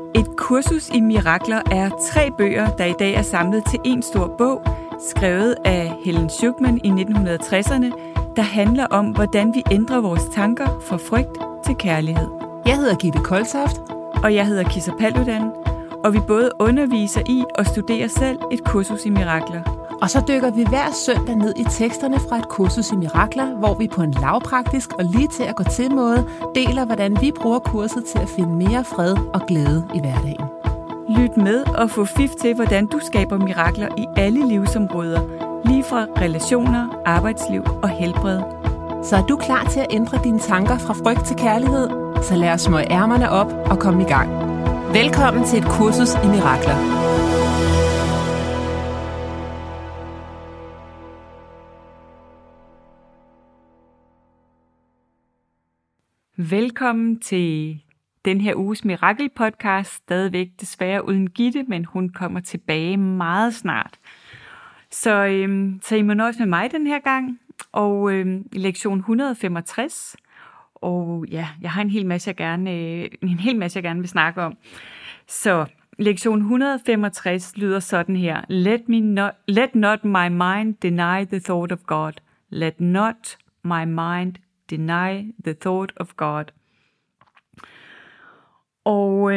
Et kursus i mirakler er 3 bøger, der i dag er samlet til en stor bog, skrevet af Helen Schucman i 1960'erne, der handler om, hvordan vi ændrer vores tanker fra frygt til kærlighed. Jeg hedder Gitte Koltoft. Og jeg hedder Kisser Paludan, og vi både underviser i og studerer selv et kursus i mirakler. Og så dykker vi hver søndag ned i teksterne fra et kursus i mirakler, hvor vi på en lavpraktisk og lige til at gå til måde deler, hvordan vi bruger kurset til at finde mere fred og glæde i hverdagen. Lyt med og få fif til, hvordan du skaber mirakler i alle livsområder, lige fra relationer, arbejdsliv og helbred. Så er du klar til at ændre dine tanker fra frygt til kærlighed? Så lad os smøge ærmerne op og komme i gang. Velkommen til et kursus i mirakler. Velkommen til den her uges Mirakel-podcast, stadigvæk desværre uden Gitte, men hun kommer tilbage meget snart. Så I må nøjes med mig den her gang, og lektion 165, og ja, jeg har en hel masse, jeg gerne vil snakke om. Så lektion 165 lyder sådan her: Let not my mind deny the thought of God. Let not my mind deny the thought of God. Og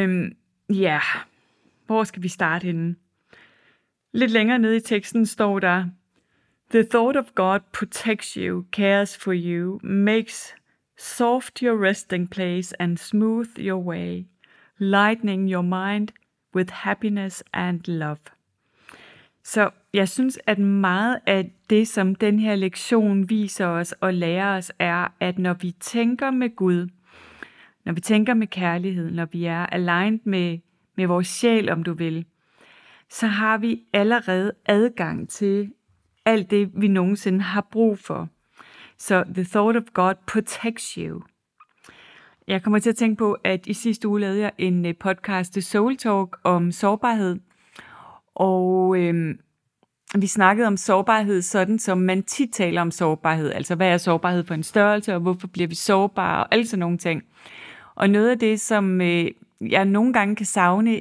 hvor skal vi starte henne? Lidt længere nede i teksten står der: The thought of God protects you, cares for you, makes soft your resting place and smooth your way, lightening your mind with happiness and love. Så jeg synes, at meget af det, som den her lektion viser os og lærer os, er, at når vi tænker med Gud, når vi tænker med kærlighed, når vi er aligned med vores sjæl, om du vil, så har vi allerede adgang til alt det, vi nogensinde har brug for. Så the thought of God protects you. Jeg kommer til at tænke på, at i sidste uge lavede jeg en podcast til Soul Talk om sårbarhed. Og vi snakkede om sårbarhed sådan, som man tit taler om sårbarhed. Altså, hvad er sårbarhed for en størrelse, og hvorfor bliver vi sårbare, og alle sådan nogle ting. Og noget af det, som jeg nogle gange kan savne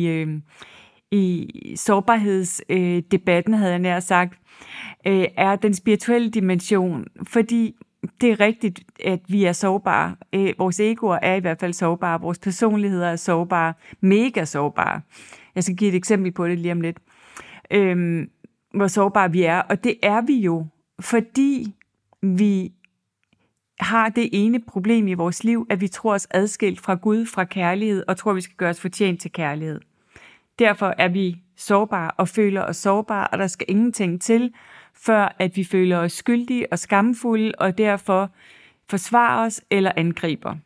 i sårbarhedsdebatten, havde jeg nær sagt, er den spirituelle dimension. Fordi det er rigtigt, at vi er sårbare. Vores egoer er i hvert fald sårbare. Vores personligheder er sårbare. Mega sårbare. Jeg skal give et eksempel på det lige om lidt. Hvor sårbare vi er. Og det er vi jo, fordi vi har det ene problem i vores liv, at vi tror os adskilt fra Gud, fra kærlighed, og tror, vi skal gøre os fortjent til kærlighed. Derfor er vi sårbare og føler os sårbare, og der skal ingenting til, før at vi føler os skyldige og skamfulde, og derfor forsvarer os eller angriber.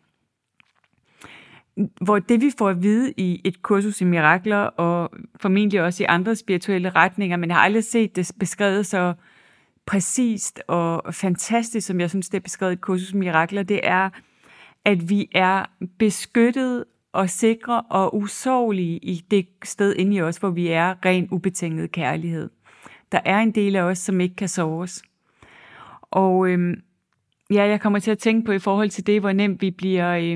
Hvor det vi får at vide i et kursus i mirakler, og formentlig også i andre spirituelle retninger, men jeg har aldrig set det beskrevet så præcist og fantastisk, som jeg synes, det er beskrevet i et kursus i mirakler, det er, at vi er beskyttet og sikre og usårlige i det sted inde i os, hvor vi er ren ubetinget kærlighed. Der er en del af os, som ikke kan såres. Og jeg kommer til at tænke på i forhold til det, hvor nemt vi bliver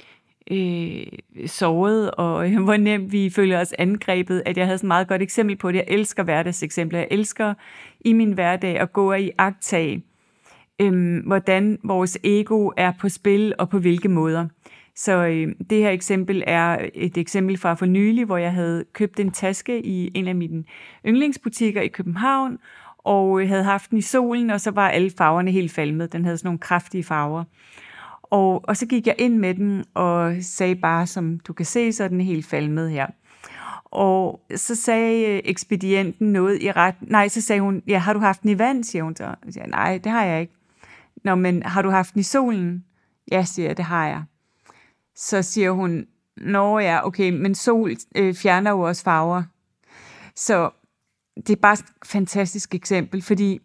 såret, og hvor nemt vi føler os angrebet, at jeg havde sådan et meget godt eksempel på det. Jeg elsker hverdagseksempler. Jeg elsker i min hverdag at gå og iagttage, hvordan vores ego er på spil, og på hvilke måder. Så det her eksempel er et eksempel fra for nylig, hvor jeg havde købt en taske i en af mine yndlingsbutikker i København, og havde haft den i solen, og så var alle farverne helt falmet. Den havde sådan nogle kraftige farver. Og så gik jeg ind med den og sagde bare, som du kan se, så er den helt falmet her. Og så sagde ekspedienten noget i ret... Nej, så sagde hun, ja, har du haft den i vand, siger hun så. Jeg siger, nej, det har jeg ikke. Nå, men har du haft den i solen? Ja, siger jeg, det har jeg. Så siger hun, nå ja, okay, men sol fjerner jo også farver. Så det er bare et fantastisk eksempel, fordi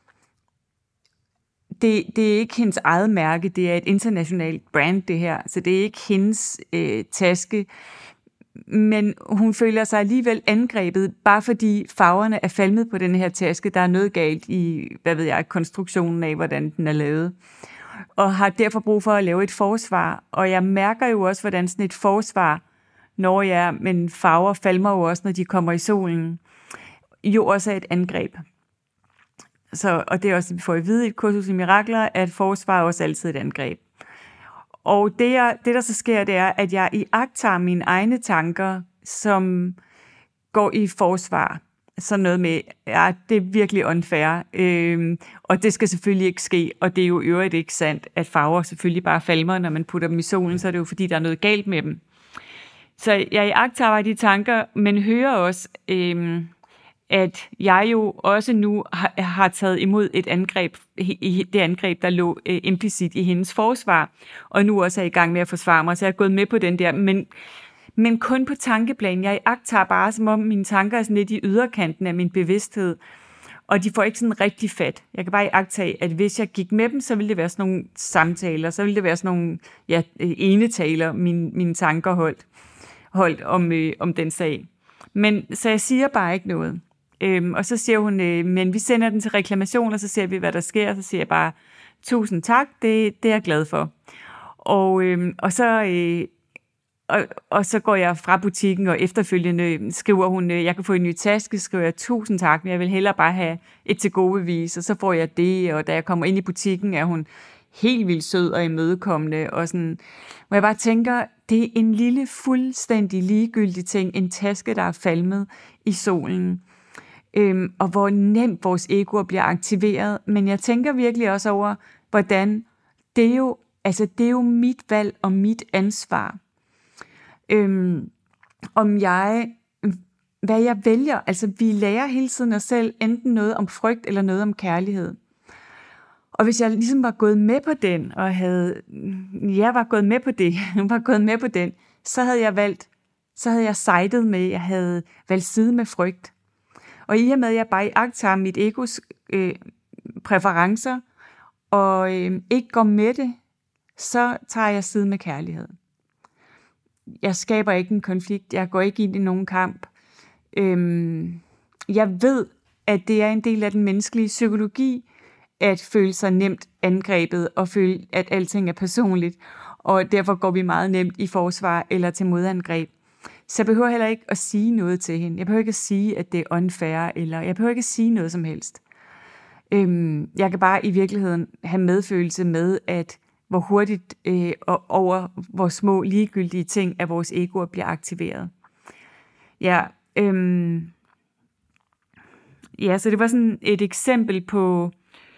det er ikke hendes eget mærke, det er et internationalt brand, det her. Så det er ikke hendes taske, men hun føler sig alligevel angrebet, bare fordi farverne er falmet på den her taske. Der er noget galt i, konstruktionen af, hvordan den er lavet. Og har derfor brug for at lave et forsvar. Og jeg mærker jo også, hvordan sådan et forsvar når men farver falmer jo også, når de kommer i solen, jo også er et angreb. Og det er også, vi får at vide i et kursus i mirakler, at forsvar er også altid et angreb. Og det der så sker, det er, at jeg iagttager mine egne tanker, som går i forsvar. Sådan noget med, ja, det er virkelig unfair, og det skal selvfølgelig ikke ske, og det er jo i øvrigt ikke sandt, at farver selvfølgelig bare falmer, når man putter dem i solen, så er det jo fordi, der er noget galt med dem. Så jeg iagttager de tanker, men hører også, at jeg jo også nu har taget imod et angreb, det angreb, der lå implicit i hendes forsvar, og nu også er i gang med at forsvare mig, så jeg er gået med på den der, men kun på tankeplan. Jeg iagttager bare, som om mine tanker er sådan lidt i yderkanten af min bevidsthed, og de får ikke sådan rigtig fat. Jeg kan bare iagttage, at hvis jeg gik med dem, så ville det være sådan nogle samtaler, så ville det være sådan nogle enetaler, mine tanker holdt om den sag. Så jeg siger bare ikke noget. Og så siger hun, men vi sender den til reklamation, og så ser vi, hvad der sker, og så siger jeg bare, tusind tak, det er jeg glad for. Og så går jeg fra butikken, og efterfølgende skriver hun, jeg kan få en ny taske, skriver jeg, tusind tak, men jeg vil hellere bare have et til gode bevis, og så får jeg det, og da jeg kommer ind i butikken, er hun helt vildt sød og imødekommende, og sådan, hvor jeg bare tænker, det er en lille, fuldstændig ligegyldig ting, en taske, der er falmet i solen, og hvor nemt vores egoer bliver aktiveret, men jeg tænker virkelig også over, hvordan det er jo mit valg og mit ansvar, hvad jeg vælger. Altså, vi lærer hele tiden os selv enten noget om frygt eller noget om kærlighed. Og hvis jeg ligesom var gået med på den, og var gået med på den, så havde jeg sejtet med, jeg havde valgt side med frygt. Og i og med, at jeg bare iagttager mit egos præferencer, og ikke går med det, så tager jeg side med kærlighed. Jeg skaber ikke en konflikt, jeg går ikke ind i nogen kamp. Jeg ved, at det er en del af den menneskelige psykologi, at føle sig nemt angrebet, og føle, at alting er personligt, og derfor går vi meget nemt i forsvar eller til modangreb. Så jeg behøver heller ikke at sige noget til hende. Jeg behøver ikke at sige, at det er unfair, eller jeg behøver ikke at sige noget som helst. Jeg kan bare i virkeligheden have medfølelse med, at hvor hurtigt og over hvor små ligegyldige ting af vores egoer bliver aktiveret. Så det var sådan et eksempel på,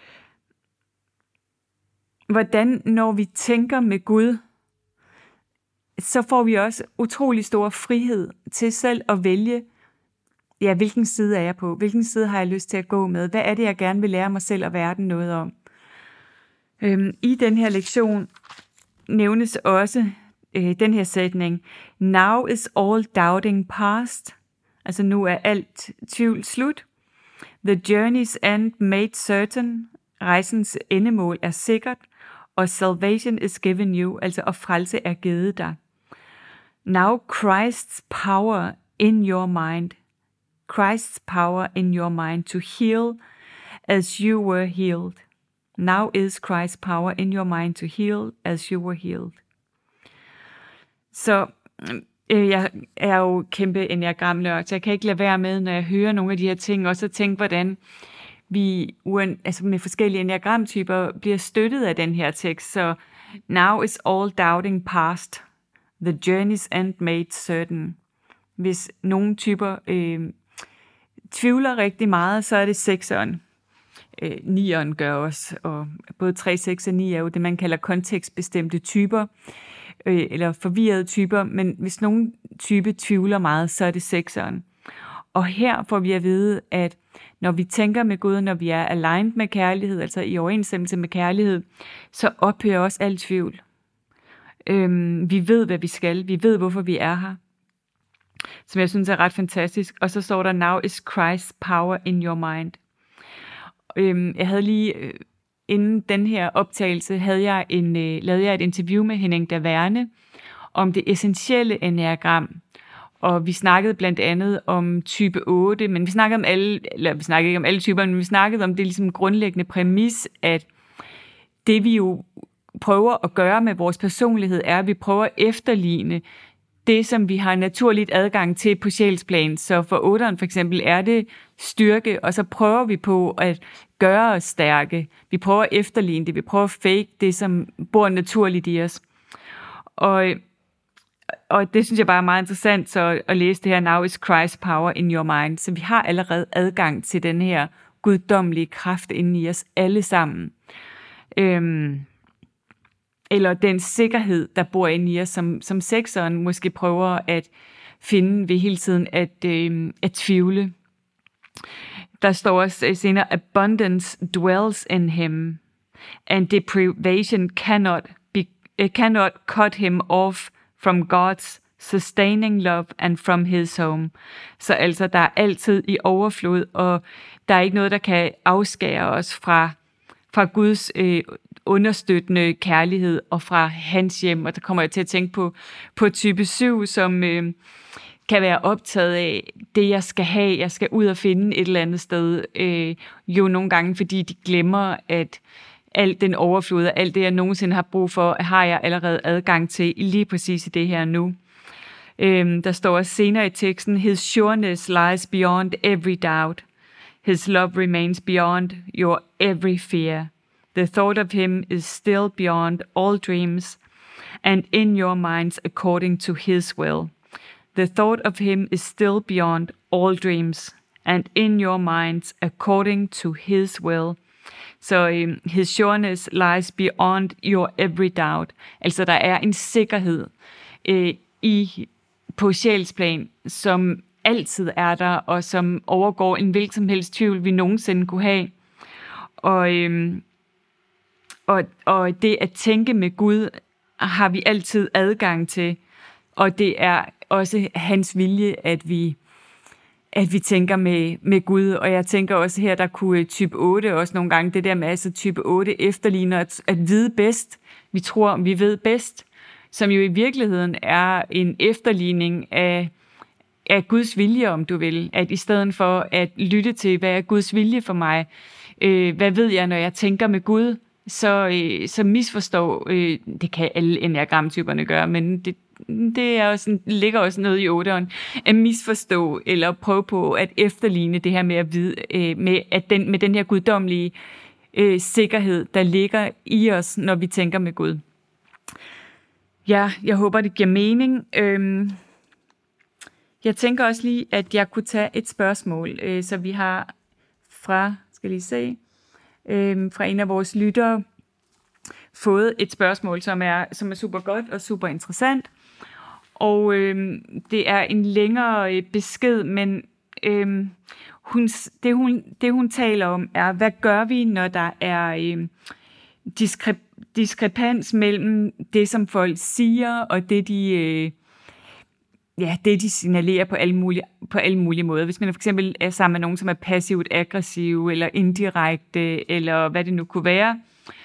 hvordan når vi tænker med Gud, så får vi også utrolig stor frihed til selv at vælge, hvilken side er jeg på, hvilken side har jeg lyst til at gå med, hvad er det, jeg gerne vil lære mig selv og verden noget om. I den her lektion nævnes også den her sætning, now is all doubting past, altså nu er alt tvivl slut, the journey's end made certain, rejsens endemål er sikkert, og salvation is given you, altså og frelse er givet dig. Now Christ's power in your mind, Christ's power in your mind to heal as you were healed. Now is Christ's power in your mind to heal as you were healed. Så jeg er jo kæmpe enneagramnørd, så jeg kan ikke lade være med, når jeg hører nogle af de her ting, også at tænke, hvordan vi med forskellige enneagramtyper bliver støttet af den her tekst. Så now is all doubting past, the journey's end made certain. Hvis nogle typer tvivler rigtig meget, så er det sekseren. 9'eren gør også, og både 3, 6 og 9 er jo det, man kalder kontekstbestemte typer, eller forvirrede typer, men hvis nogen type tvivler meget, så er det sekseren. Og her får vi at vide, at når vi tænker med Gud, når vi er aligned med kærlighed, altså i overensstemmelse med kærlighed, så ophører også al tvivl. Vi ved, hvad vi skal. Vi ved, hvorfor vi er her. Som jeg synes er ret fantastisk. Og så står der, now is Christ's power in your mind. Jeg havde lige, inden den her optagelse, lavede jeg et interview med Henning Daverne om det essentielle enneagram. Og vi snakkede blandt andet om type 8, men vi snakkede ikke om alle typer, men vi snakkede om det ligesom grundlæggende præmis, at det vi jo prøver at gøre med vores personlighed, er, at vi prøver at efterligne det, som vi har naturligt adgang til på sjælsplan. Så for 8'eren for eksempel er det styrke, og så prøver vi på at gøre os stærke. Vi prøver at efterligne det, vi prøver at fake det, som bor naturligt i os. Og det synes jeg bare er meget interessant så at læse det her Now is Christ power in your mind. Så vi har allerede adgang til den her guddommelige kraft inde i os alle sammen. Eller den sikkerhed, der bor inde i os, som sekseren måske prøver at finde ved hele tiden at tvivle. Der står også senere, abundance dwells in him, and deprivation cannot cut him off from God's sustaining love and from his home. Så altså, der er altid i overflod, og der er ikke noget, der kan afskære os fra Guds understøttende kærlighed og fra hans hjem. Og der kommer jeg til at tænke på type 7, som kan være optaget af det, jeg skal have. Jeg skal ud og finde et eller andet sted. Jo nogle gange, fordi de glemmer, at alt den overflod og alt det, jeg nogensinde har brug for, har jeg allerede adgang til lige præcis i det her nu. Der står også senere i teksten, his sureness lies beyond every doubt. His love remains beyond your every fear. The thought of him is still beyond all dreams, and in your minds according to his will. The thought of him is still beyond all dreams, and in your minds according to his will. Så his sureness lies beyond your every doubt. Altså der er en sikkerhed på sjælsplan, som altid er der, og som overgår en hvilken som helst tvivl, vi nogensinde kunne have. Og det at tænke med Gud, har vi altid adgang til, og det er også hans vilje, at vi tænker med Gud. Og jeg tænker også her, der kunne type 8 også nogle gange, det der med, altså type 8 efterligner at vide bedst. Vi tror, vi ved bedst, som jo i virkeligheden er en efterligning af Guds vilje, om du vil. At i stedet for at lytte til, hvad er Guds vilje for mig, hvad ved jeg, når jeg tænker med Gud, så misforstår, det kan alle enneagramtyperne gøre, men det er også, ligger også noget i 8'eren, at misforstå eller prøve på at efterligne det her med at vide, med den her guddommelige sikkerhed, der ligger i os, når vi tænker med Gud. Ja, jeg håber, det giver mening. Jeg tænker også lige, at jeg kunne tage et spørgsmål, så vi har fra en af vores lyttere fået et spørgsmål, som er super godt og super interessant. Og det er en længere besked, men det hun taler om er, hvad gør vi, når der er diskrepans mellem det, som folk siger, og det de signalerer på alle mulige måder. Hvis man for eksempel er sammen med nogen, som er passivt aggressiv, eller indirekte, eller hvad det nu kunne være.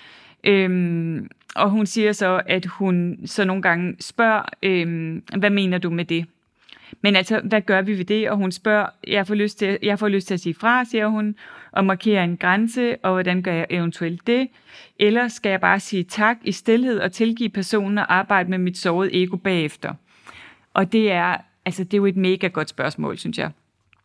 Og hun siger så, at hun så nogle gange spørger, hvad mener du med det? Men altså, hvad gør vi ved det? Og hun spørger, jeg får lyst til at sige fra, siger hun, og markere en grænse, og hvordan gør jeg eventuelt det? Eller skal jeg bare sige tak i stilhed og tilgive personen og arbejde med mit sårede ego bagefter? Og det er jo et mega godt spørgsmål, synes jeg.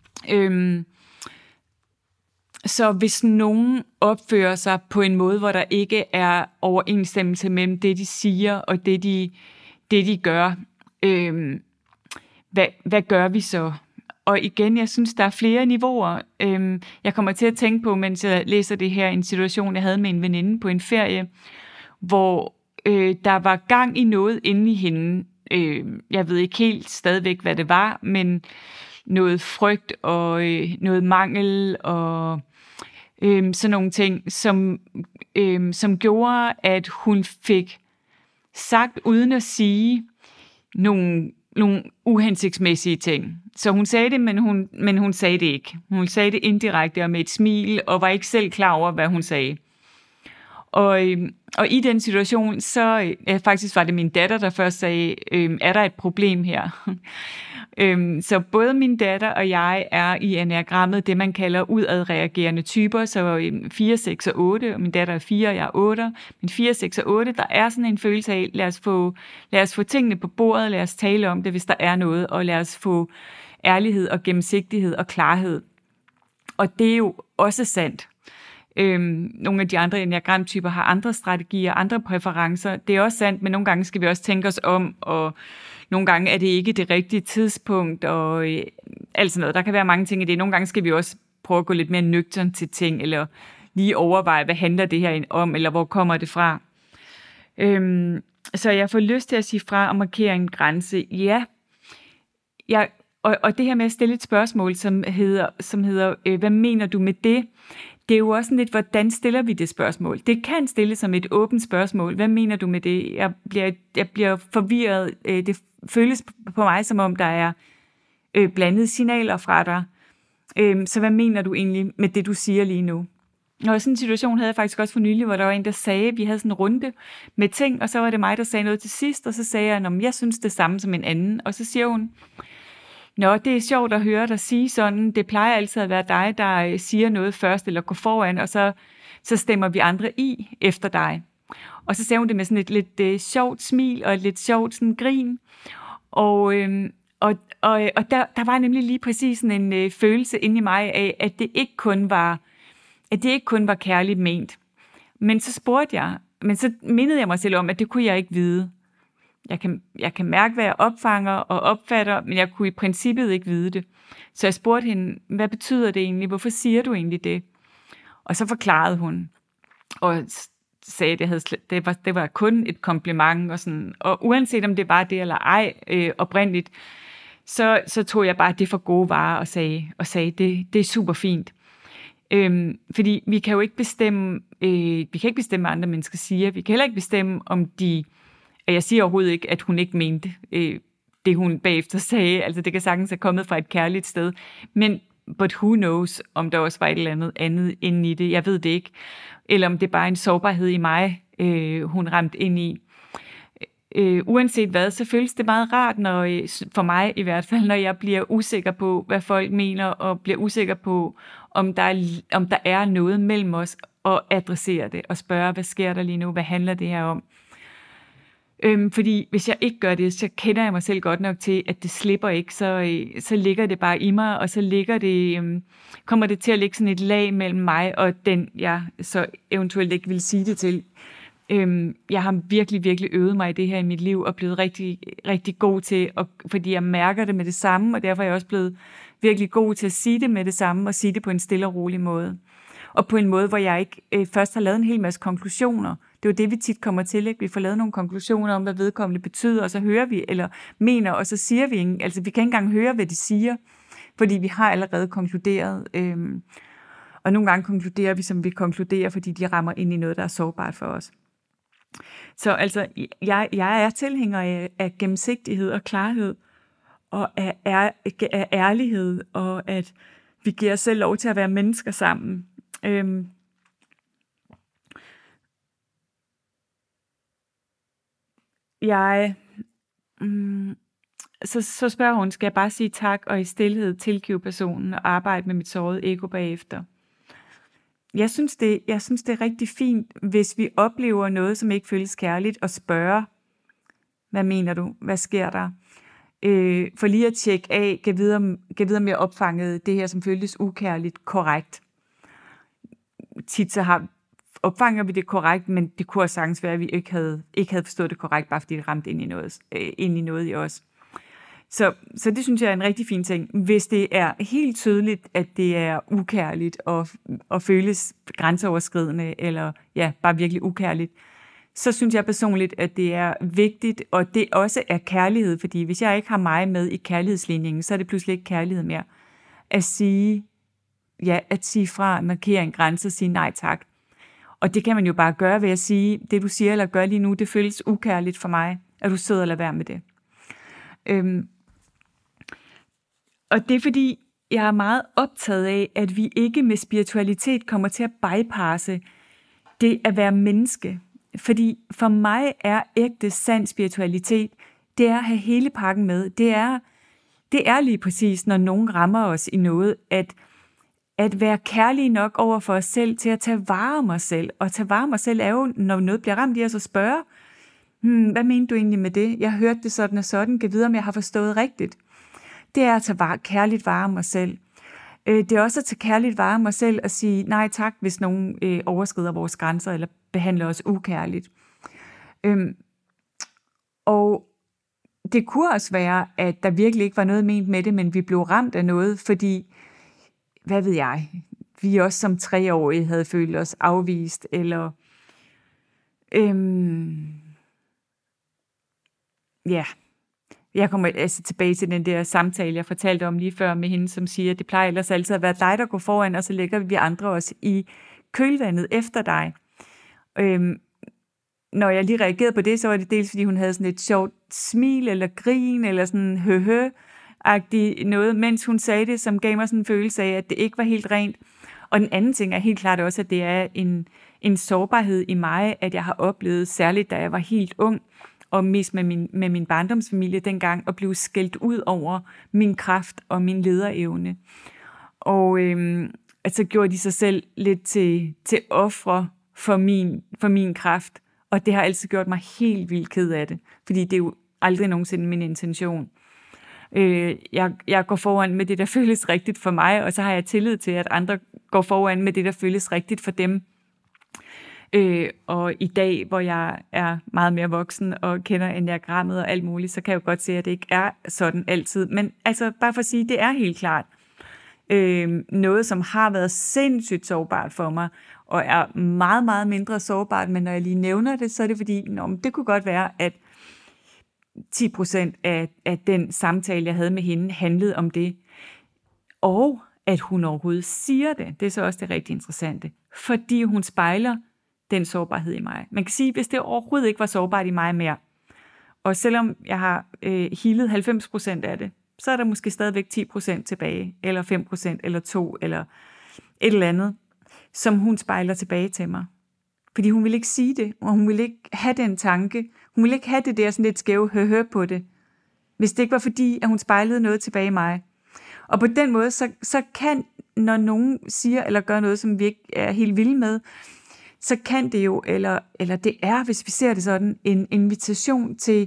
Så hvis nogen opfører sig på en måde, hvor der ikke er overensstemmelse mellem det, de siger, og det, de gør, hvad gør vi så? Og igen, jeg synes, der er flere niveauer. Jeg kommer til at tænke på, mens jeg læser det her, en situation, jeg havde med en veninde på en ferie, hvor der var gang i noget inde i hende. Jeg ved ikke helt stadigvæk, hvad det var, men noget frygt og noget mangel og sådan nogle ting, som gjorde, at hun fik sagt uden at sige nogle uhensigtsmæssige ting. Så hun sagde det, men hun sagde det ikke. Hun sagde det indirekte og med et smil, og var ikke selv klar over, hvad hun sagde. Og i den situation, så faktisk var det min datter, der først sagde, er der et problem her? Så både min datter og jeg er i enneagrammet det, man kalder udadreagerende typer, så 4, 6 og 8, og min datter er 4, og jeg er 8. Men 4, 6 og 8, der er sådan en følelse af, lad os få tingene på bordet, lad os tale om det, hvis der er noget, og lad os få ærlighed og gennemsigtighed og klarhed. Og det er jo også sandt. Nogle af de andre enneagramtyper har andre strategier, andre præferencer. Det er også sandt, men nogle gange skal vi også tænke os om, og nogle gange er det ikke det rigtige tidspunkt, og alt sådan noget. Der kan være mange ting i det. Nogle gange skal vi også prøve at gå lidt mere nøgtern til ting, eller lige overveje, hvad handler det her om, eller hvor kommer det fra. Så jeg får lyst til at sige fra og markere en grænse. Ja, og det her med at stille et spørgsmål, som hedder hvad mener du med det? Det er jo også lidt, hvordan stiller vi det spørgsmål? Det kan stilles som et åbent spørgsmål. Hvad mener du med det? Jeg bliver forvirret. Det føles på mig, som om der er blandede signaler fra dig. Så hvad mener du egentlig med det, du siger lige nu? Og sådan en situation havde jeg faktisk også for nylig, hvor der var en, der sagde, vi havde sådan en runde med ting, og så var det mig, der sagde noget til sidst, og så sagde jeg, at jeg synes det samme som en anden. Og så siger hun, nå, det er sjovt at høre dig sige sådan. Det plejer altid at være dig, der siger noget først, eller går foran, og så stemmer vi andre i efter dig. Og så sagde hun det med sådan et lidt sjovt smil, og et lidt sjovt sådan grin. Og der var nemlig lige præcis sådan en følelse inde i mig af, at det ikke kun var kærligt ment. Men så så mindede jeg mig selv om, at det kunne jeg ikke vide. Jeg kan mærke, hvad jeg opfanger og opfatter, men jeg kunne i princippet ikke vide det. Så jeg spurgte hende, hvad betyder det egentlig? Hvorfor siger du egentlig det? Og så forklarede hun, og sagde, at det var kun et kompliment. Og uanset om det var det eller ej oprindeligt, så tog jeg bare det for gode varer og sagde det er super fint. Fordi vi kan jo ikke bestemme, hvad andre mennesker siger. Vi kan heller ikke bestemme, om de... Jeg siger overhovedet ikke, at hun ikke mente det, hun bagefter sagde. Altså, det kan sagtens have kommet fra et kærligt sted. Men, but who knows, om der også var et eller andet inde i det. Jeg ved det ikke. Eller om det er bare en sårbarhed i mig, hun ramte ind i. Uanset hvad, så føles det meget rart, for mig i hvert fald, når jeg bliver usikker på, hvad folk mener, og bliver usikker på, om der er noget mellem os, og adressere det, og spørge, hvad sker der lige nu, hvad handler det her om? Fordi hvis jeg ikke gør det, så kender jeg mig selv godt nok til, at det slipper ikke, så ligger det bare i mig, og så kommer det til at ligge sådan et lag mellem mig og den, jeg så eventuelt ikke vil sige det til. Jeg har virkelig, virkelig øvet mig i det her i mit liv, og blevet rigtig, rigtig god til, fordi jeg mærker det med det samme, og derfor er jeg også blevet virkelig god til at sige det med det samme, og sige det på en stille og rolig måde. Og på en måde, hvor jeg ikke først har lavet en hel masse konklusioner. Det er jo det, vi tit kommer til, ikke? Vi får lavet nogle konklusioner om, hvad vedkommende betyder, og så hører vi, eller mener, og så siger vi ikke. Altså, vi kan ikke engang høre, hvad de siger, fordi vi har allerede konkluderet. Og nogle gange konkluderer vi, som vi konkluderer, fordi de rammer ind i noget, der er sårbart for os. Så altså, jeg er tilhænger af gennemsigtighed og klarhed, og af ærlighed, og at vi giver os selv lov til at være mennesker sammen. Så spørger hun, skal jeg bare sige tak og i stilhed tilgive personen og arbejde med mit sårede ego bagefter? Jeg synes, det er rigtig fint, hvis vi oplever noget, som ikke føles kærligt, og spørge, hvad mener du? Hvad sker der? For lige at tjekke af, kan vide, om jeg opfangede det her, som føltes ukærligt, korrekt. Tit så opfanger vi det korrekt, men det kunne også sagtens være, at vi ikke havde forstået det korrekt, bare fordi det ramte ind i noget i os. Så det synes jeg er en rigtig fin ting. Hvis det er helt tydeligt, at det er ukærligt og føles grænseoverskridende, eller ja, bare virkelig ukærligt, så synes jeg personligt, at det er vigtigt, og det også er kærlighed, fordi hvis jeg ikke har mig med i kærlighedslinjen, så er det pludselig ikke kærlighed mere. At sige fra, at markere en grænse og sige nej tak. Og det kan man jo bare gøre ved at sige, det du siger eller gør lige nu, det føles ukærligt for mig, at du sidder og lader være med det. Og det er fordi, jeg er meget optaget af, at vi ikke med spiritualitet kommer til at bypasse det at være menneske. Fordi for mig er ægte sand spiritualitet, det er at have hele pakken med. Det er det er lige præcis, når nogen rammer os i noget, at være kærlige nok over for os selv til at tage vare om os selv. Og tage vare om os selv er jo, når noget bliver ramt i os, at spørge, hvad mener du egentlig med det? Jeg hørte det sådan og sådan, kan vide, om jeg har forstået rigtigt. Det er at tage kærligt vare om os selv. Det er også at tage kærligt vare om os selv og sige nej tak, hvis nogen overskrider vores grænser eller behandler os ukærligt. Og det kunne også være, at der virkelig ikke var noget ment med det, men vi blev ramt af noget, fordi, hvad ved jeg, vi også som 3-årige havde følt os afvist, eller jeg kommer altså tilbage til den der samtale, jeg fortalte om lige før med hende, som siger, at det plejer ellers altid at være dig, der går foran, og så lægger vi andre os i kølvandet efter dig. Når jeg lige reagerede på det, så var det dels, fordi hun havde sådan et sjovt smil, eller grin, eller sådan høhø-agtigt noget, mens hun sagde det, som gav mig sådan en følelse af, at det ikke var helt rent. Og den anden ting er helt klart også, at det er en sårbarhed i mig, at jeg har oplevet, særligt da jeg var helt ung, og mest med min barndomsfamilie dengang, at blive skældt ud over min kraft og min lederevne. Og så gjorde de sig selv lidt til ofre for min kraft. Og det har altid gjort mig helt vildt ked af det, fordi det er jo aldrig nogensinde min intention. Jeg går foran med det, der føles rigtigt for mig, og så har jeg tillid til, at andre går foran med det, der føles rigtigt for dem. Og i dag, hvor jeg er meget mere voksen og kender enneagrammet og alt muligt, så kan jeg jo godt se, at det ikke er sådan altid. Men altså bare for at sige, det er helt klart noget, som har været sindssygt sårbart for mig, og er meget, meget mindre sårbart, men når jeg lige nævner det, så er det fordi, det kunne godt være, at 10% af den samtale, jeg havde med hende, handlede om det. Og at hun overhovedet siger det, det er så også det rigtig interessante, fordi hun spejler den sårbarhed i mig. Man kan sige, hvis det overhovedet ikke var sårbart i mig mere, og selvom jeg har healet 90% af det, så er der måske stadigvæk 10% tilbage, eller 5%, eller 2%, eller et eller andet, som hun spejler tilbage til mig. Fordi hun ville ikke sige det, og hun ville ikke have den tanke, hun ville ikke have det der sådan lidt skæve høhø på det, hvis det ikke var fordi, at hun spejlede noget tilbage i mig. Og på den måde, så kan, når nogen siger eller gør noget, som vi ikke er helt vilde med, så kan det jo, eller det er, hvis vi ser det sådan, en invitation til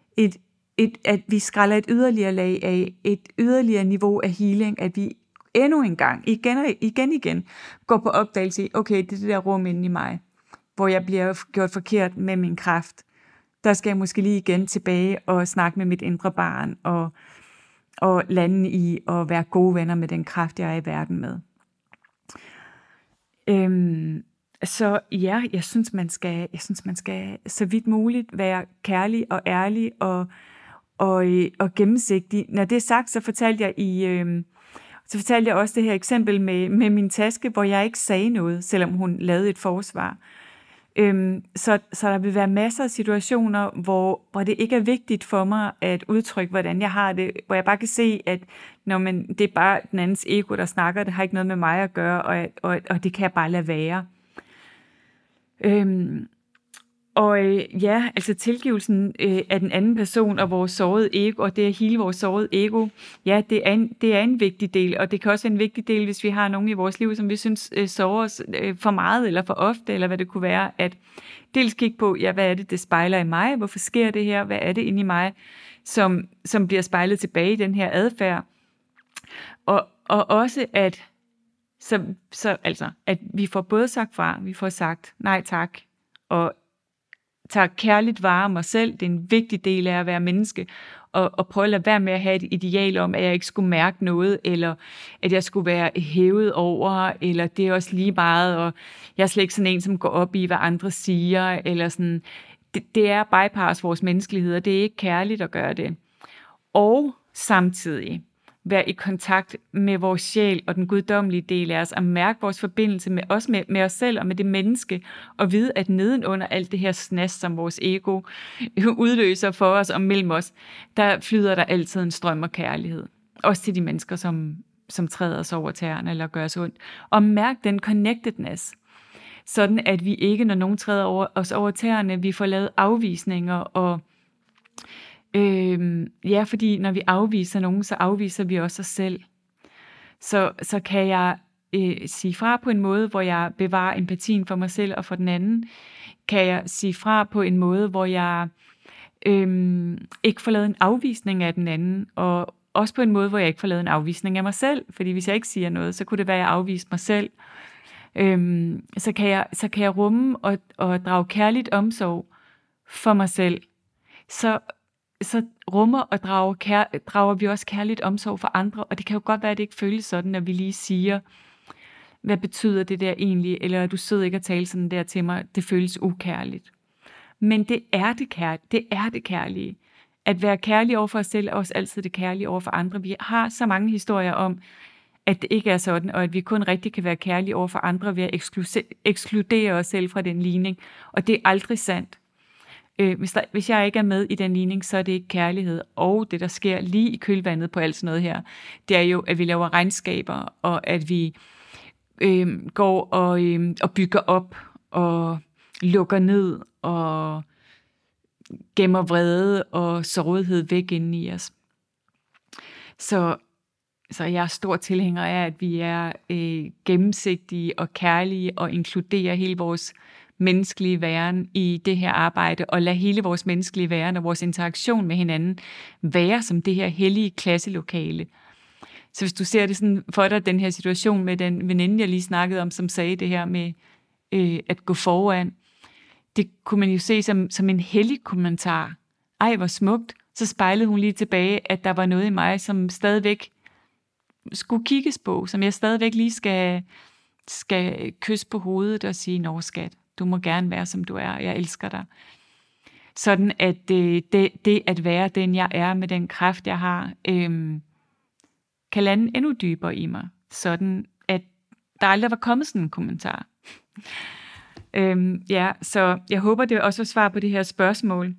at vi skræller et yderligere lag af, et yderligere niveau af healing, at vi endnu en gang, igen, går på opdagelse i, okay, det er det der rum inde i mig, hvor jeg bliver gjort forkert med min kraft. Der skal jeg måske lige igen tilbage og snakke med mit indre barn, og lande i at være gode venner med den kraft, jeg er i verden med. Så ja, jeg synes, man skal så vidt muligt være kærlig og ærlig og gennemsigtig. Når det er sagt, så fortalte jeg også det her eksempel med min taske, hvor jeg ikke sagde noget, selvom hun lavede et forsvar. Så der vil være masser af situationer, hvor det ikke er vigtigt for mig at udtrykke, hvordan jeg har det, hvor jeg bare kan se, at det er bare den andens ego, der snakker, det har ikke noget med mig at gøre, og det kan jeg bare lade være. Altså tilgivelsen af den anden person og vores sårede ego, og det at hele vores sårede ego, ja, det er en vigtig del, og det kan også være en vigtig del, hvis vi har nogen i vores liv, som vi synes sårer os for meget eller for ofte, eller hvad det kunne være, at dels kigge på, ja, hvad er det spejler i mig, hvorfor sker det her, hvad er det inde i mig, som bliver spejlet tilbage i den her adfærd, og også at at vi får både sagt fra, vi får sagt nej tak, og tager kærligt vare om mig selv. Det er en vigtig del af at være menneske, og prøve at lade være med at have et ideal om, at jeg ikke skulle mærke noget, eller at jeg skulle være hævet over, eller det er også lige meget, og jeg er slet ikke sådan en, som går op i, hvad andre siger, eller sådan. Det er at bypasse vores menneskelighed, og det er ikke kærligt at gøre det. Og samtidig være i kontakt med vores sjæl og den guddommelige del af os, og mærke vores forbindelse med os selv og med det menneske, og vide, at nedenunder alt det her snas, som vores ego udløser for os og mellem os, der flyder der altid en strøm af kærlighed. Også til de mennesker, som træder os over tæerne eller gør os ondt. Og mærk den connectedness, sådan at vi ikke, når nogen træder os over tæerne, vi får lavet afvisninger og Ja, fordi når vi afviser nogen, så afviser vi også os selv. Så kan jeg sige fra på en måde, hvor jeg bevarer empatien for mig selv og for den anden. Kan jeg sige fra på en måde, hvor jeg ikke får lavet en afvisning af den anden, og også på en måde, hvor jeg ikke får lavet en afvisning af mig selv. Fordi hvis jeg ikke siger noget, så kunne det være, at jeg afviste mig selv. Så kan jeg rumme og drage kærligt omsorg for mig selv. Så rummer og drager vi også kærligt omsorg for andre, og det kan jo godt være, at det ikke føles sådan, når vi lige siger, hvad betyder det der egentlig, eller du sidder ikke og taler sådan der til mig, det føles ukærligt. Men det er det kærlige. At være kærlig over for os selv, er også altid det kærlige over for andre. Vi har så mange historier om, at det ikke er sådan, og at vi kun rigtig kan være kærlige over for andre ved at ekskludere os selv fra den ligning, og det er aldrig sandt. Hvis jeg ikke er med i den ligning, så er det ikke kærlighed. Og det, der sker lige i kølvandet på alt sådan noget her, det er jo, at vi laver regnskaber, og at vi går og bygger op, og lukker ned, og gemmer vrede og sårighed væk inden i os. Så jeg er stor tilhænger af, at vi er gennemsigtige og kærlige, og inkluderer hele vores menneskelige væren i det her arbejde, og lade hele vores menneskelige væren og vores interaktion med hinanden være som det her hellige klasselokale. Så hvis du ser det sådan for dig, den her situation med den veninde, jeg lige snakkede om, som sagde det her med at gå foran, det kunne man jo se som en hellig kommentar. Ej, hvor smukt. Så spejlede hun lige tilbage, at der var noget i mig, som stadigvæk skulle kigges på, som jeg stadigvæk lige skal kysse på hovedet og sige, nå skat, du må gerne være, som du er, jeg elsker dig. Sådan at det at være den, jeg er, med den kraft, jeg har, kan lande endnu dybere i mig. Sådan at der aldrig var kommet sådan en kommentar. Ja, så jeg håber, det også var svar på det her spørgsmål.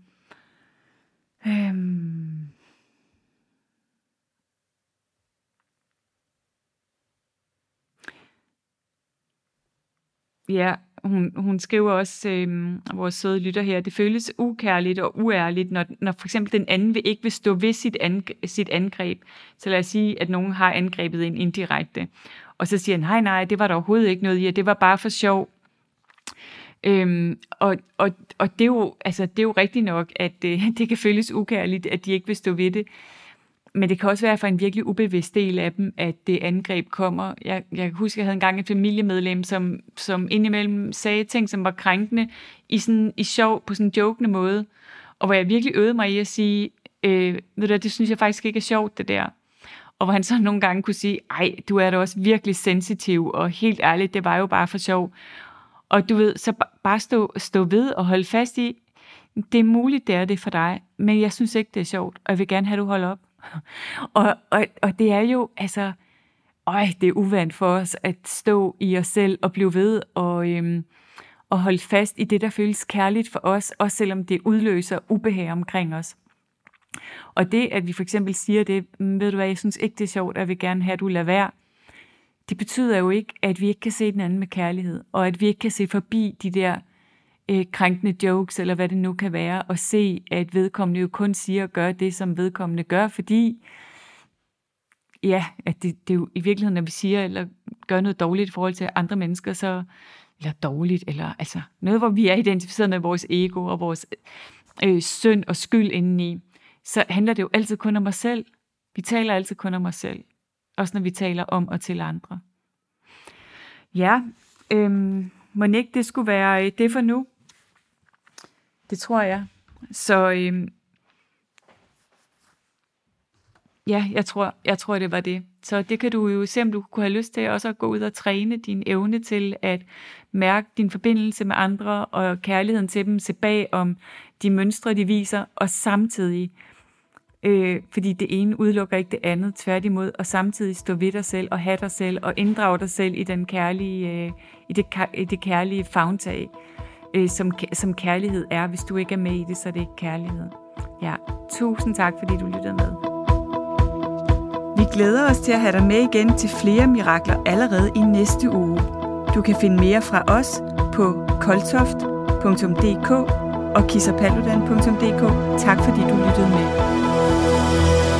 Ja, hun skriver også, vores søde lytter her, det føles ukærligt og uærligt, når for eksempel den anden ikke vil stå ved sit angreb. Så lad os sige, at nogen har angrebet en indirekte. Og så siger han, nej, det var der overhovedet ikke noget i, det var bare for sjov. Og det er jo rigtigt nok, at det kan føles ukærligt, at de ikke vil stå ved det. Men det kan også være for en virkelig ubevidst del af dem, at det angreb kommer. Jeg kan huske, at jeg havde engang et familiemedlem, som indimellem sagde ting, som var krænkende i sjov, på sådan en jokende måde. Og hvor jeg virkelig øvede mig i at sige, ved du, det synes jeg faktisk ikke er sjovt, det der. Og hvor han så nogle gange kunne sige, ej, du er da også virkelig sensitiv, og helt ærligt, det var jo bare for sjov. Og du ved, så bare stå ved og holde fast i, det er muligt, det er det for dig, men jeg synes ikke, det er sjovt, og jeg vil gerne have, at du holder op. Og det er jo, det er uvandt for os at stå i os selv og blive ved og holde fast i det, der føles kærligt for os, også selvom det udløser ubehag omkring os. Og det, at vi for eksempel siger det, ved du hvad, jeg synes ikke, det er sjovt, og jeg vil gerne have, at du lader være, det betyder jo ikke, at vi ikke kan se den anden med kærlighed, og at vi ikke kan se forbi de der krænkende jokes, eller hvad det nu kan være, og se, at vedkommende jo kun siger og gør det, som vedkommende gør, fordi ja, at det er jo i virkeligheden, når vi siger, eller gør noget dårligt i forhold til andre mennesker, så, eller dårligt, eller noget, hvor vi er identificeret med vores ego, og vores synd og skyld indeni, så handler det jo altid kun om os selv. Vi taler altid kun om os selv. Også når vi taler om og til andre. Ja, Monique, det skulle være det for nu. Det tror jeg. Så ja, jeg tror, det var det. Så det kan du jo se, om du kunne have lyst til også at gå ud og træne din evne til at mærke din forbindelse med andre og kærligheden til dem, se bag om de mønstre, de viser, og samtidig, fordi det ene udelukker ikke det andet, tværtimod, og samtidig stå ved dig selv og have dig selv og inddrage dig selv i den kærlige, i det kærlige favntag, som kærlighed er. Hvis du ikke er med i det, så er det ikke kærlighed. Ja, tusind tak, fordi du lyttede med. Vi glæder os til at have dig med igen til flere mirakler allerede i næste uge. Du kan finde mere fra os på koltoft.dk og kissapaludan.dk. Tak fordi du lyttede med.